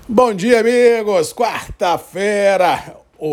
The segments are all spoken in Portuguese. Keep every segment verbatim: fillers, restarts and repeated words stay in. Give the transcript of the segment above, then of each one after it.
Bom dia, amigos! Quarta-feira,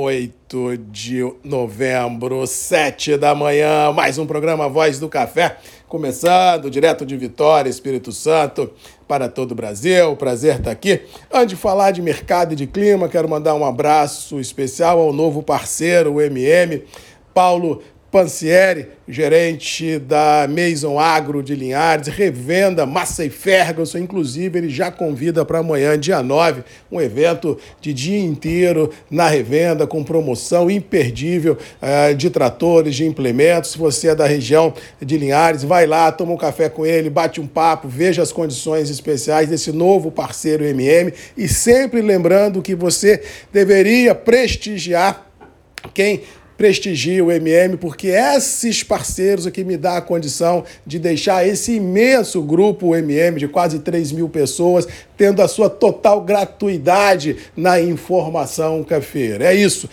oito de novembro, sete da manhã, mais um programa Voz do Café, começando direto de Vitória, Espírito Santo, para todo o Brasil. Prazer estar aqui. Antes de falar de mercado e de clima, quero mandar um abraço especial ao novo parceiro, o M M, Paulo Pancieri, gerente da Maison Agro de Linhares, revenda Massey Ferguson. Inclusive, ele já convida para amanhã, dia nove, um evento de dia inteiro na revenda, com promoção imperdível uh, de tratores, de implementos. Se você é da região de Linhares, vai lá, toma um café com ele, bate um papo, veja as condições especiais desse novo parceiro M M. E sempre lembrando que você deveria prestigiar quem prestigie o M M, porque esses parceiros aqui me dão a condição de deixar esse imenso grupo M M de quase três mil pessoas tendo a sua total gratuidade na informação cafeira. É isso,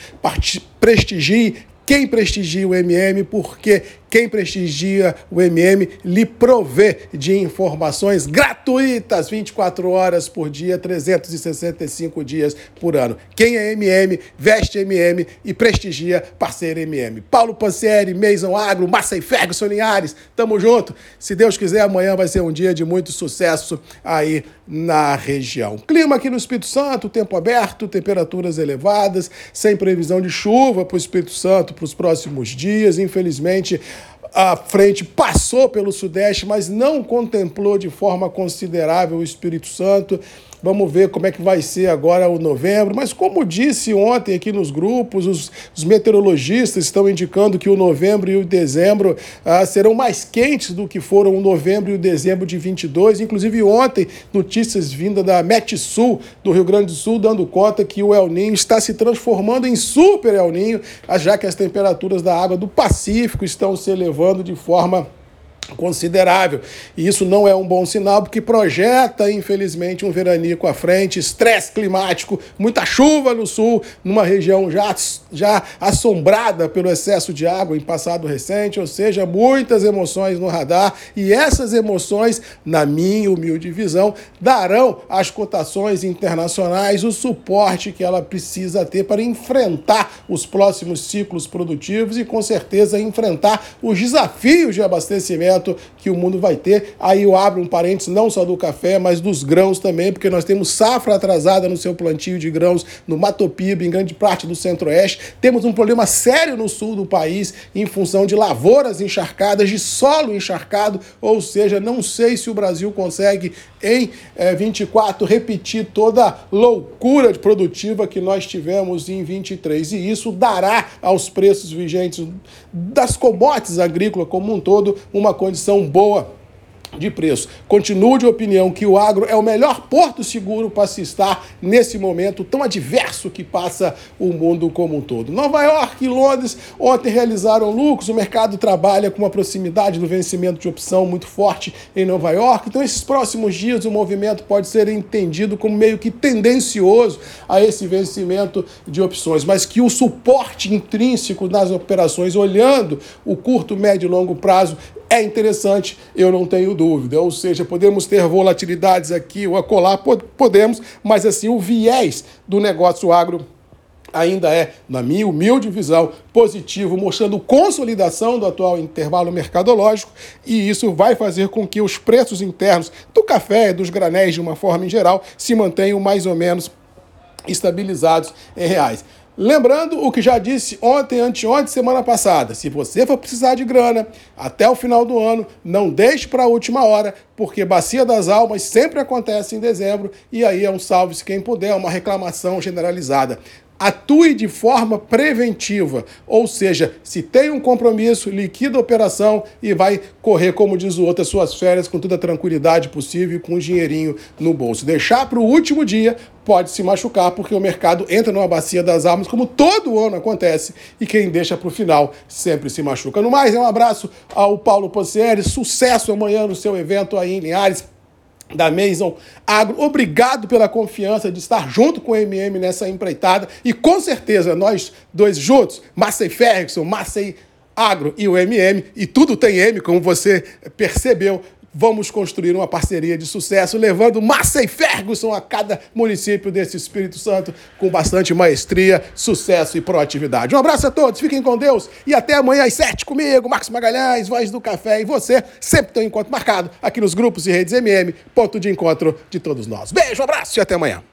prestigie quem prestigia o M M, porque quem prestigia o M M lhe provê de informações gratuitas vinte e quatro horas por dia, trezentos e sessenta e cinco dias por ano. Quem é M M, veste M M e prestigia parceiro M M. Paulo Pancieri, Maison Agro, Massey Ferguson Linhares, tamo junto. Se Deus quiser, amanhã vai ser um dia de muito sucesso aí na região. Clima aqui no Espírito Santo, tempo aberto, temperaturas elevadas, sem previsão de chuva para o Espírito Santo para os próximos dias. Infelizmente, a frente passou pelo Sudeste, mas não contemplou de forma considerável o Espírito Santo. Vamos ver como é que vai ser agora o novembro. Mas como disse ontem aqui nos grupos, os, os meteorologistas estão indicando que o novembro e o dezembro ah, serão mais quentes do que foram o novembro e o dezembro de vinte e dois. Inclusive ontem, notícias vindas da Metsul, do Rio Grande do Sul, dando conta que o El Niño está se transformando em super El Niño, já que as temperaturas da água do Pacífico estão se elevando de forma considerável. E isso não é um bom sinal, porque projeta, infelizmente, um veranico à frente, estresse climático, muita chuva no sul, numa região já, já assombrada pelo excesso de água em passado recente, ou seja, muitas emoções no radar, e essas emoções, na minha humilde visão, darão às cotações internacionais o suporte que ela precisa ter para enfrentar os próximos ciclos produtivos e, com certeza, enfrentar os desafios de abastecimento que o mundo vai ter. Aí eu abro um parênteses não só do café, mas dos grãos também, porque nós temos safra atrasada no seu plantio de grãos no Mato Piba, em grande parte do Centro-Oeste. Temos um problema sério no sul do país em função de lavouras encharcadas, de solo encharcado, ou seja, não sei se o Brasil consegue em eh, vinte e quatro repetir toda a loucura produtiva que nós tivemos em vinte e três, e isso dará aos preços vigentes das commodities agrícolas como um todo uma condição boa de preço. Continuo de opinião que o agro é o melhor porto seguro para se estar nesse momento tão adverso que passa o mundo como um todo. Nova York e Londres ontem realizaram lucros, o mercado trabalha com uma proximidade do vencimento de opção muito forte em Nova York, então esses próximos dias o movimento pode ser entendido como meio que tendencioso a esse vencimento de opções, mas que o suporte intrínseco nas operações, olhando o curto, médio e longo prazo, é interessante, eu não tenho dúvida. Ou seja, podemos ter volatilidades aqui ou acolá, podemos, mas assim, o viés do negócio agro ainda é, na minha humilde visão, positivo, mostrando consolidação do atual intervalo mercadológico, e isso vai fazer com que os preços internos do café e dos granéis, de uma forma em geral, se mantenham mais ou menos estabilizados em reais. Lembrando o que já disse ontem, anteontem, semana passada, se você for precisar de grana até o final do ano, não deixe para a última hora, porque Bacia das Almas sempre acontece em dezembro, e aí é um salve-se quem puder, é uma reclamação generalizada. Atue de forma preventiva, ou seja, se tem um compromisso, liquida a operação e vai correr, como diz o outro, as suas férias com toda a tranquilidade possível e com um dinheirinho no bolso. Deixar para o último dia pode se machucar, porque o mercado entra numa bacia das almas, como todo ano acontece, e quem deixa para o final sempre se machuca. No mais, é um abraço ao Paulo Pancieri, sucesso amanhã no seu evento aí em Linhares, da Maison Agro. Obrigado pela confiança de estar junto com o M M nessa empreitada, e com certeza nós dois juntos, Massey Ferguson, Massey Agro e o M M, e tudo tem M, como você percebeu, vamos construir uma parceria de sucesso, levando Massey Ferguson a cada município desse Espírito Santo com bastante maestria, sucesso e proatividade. Um abraço a todos, fiquem com Deus e até amanhã às sete comigo, Marcos Magalhães, Voz do Café, e você sempre tem um encontro marcado aqui nos grupos e redes M M, ponto de encontro de todos nós. Beijo, um abraço e até amanhã.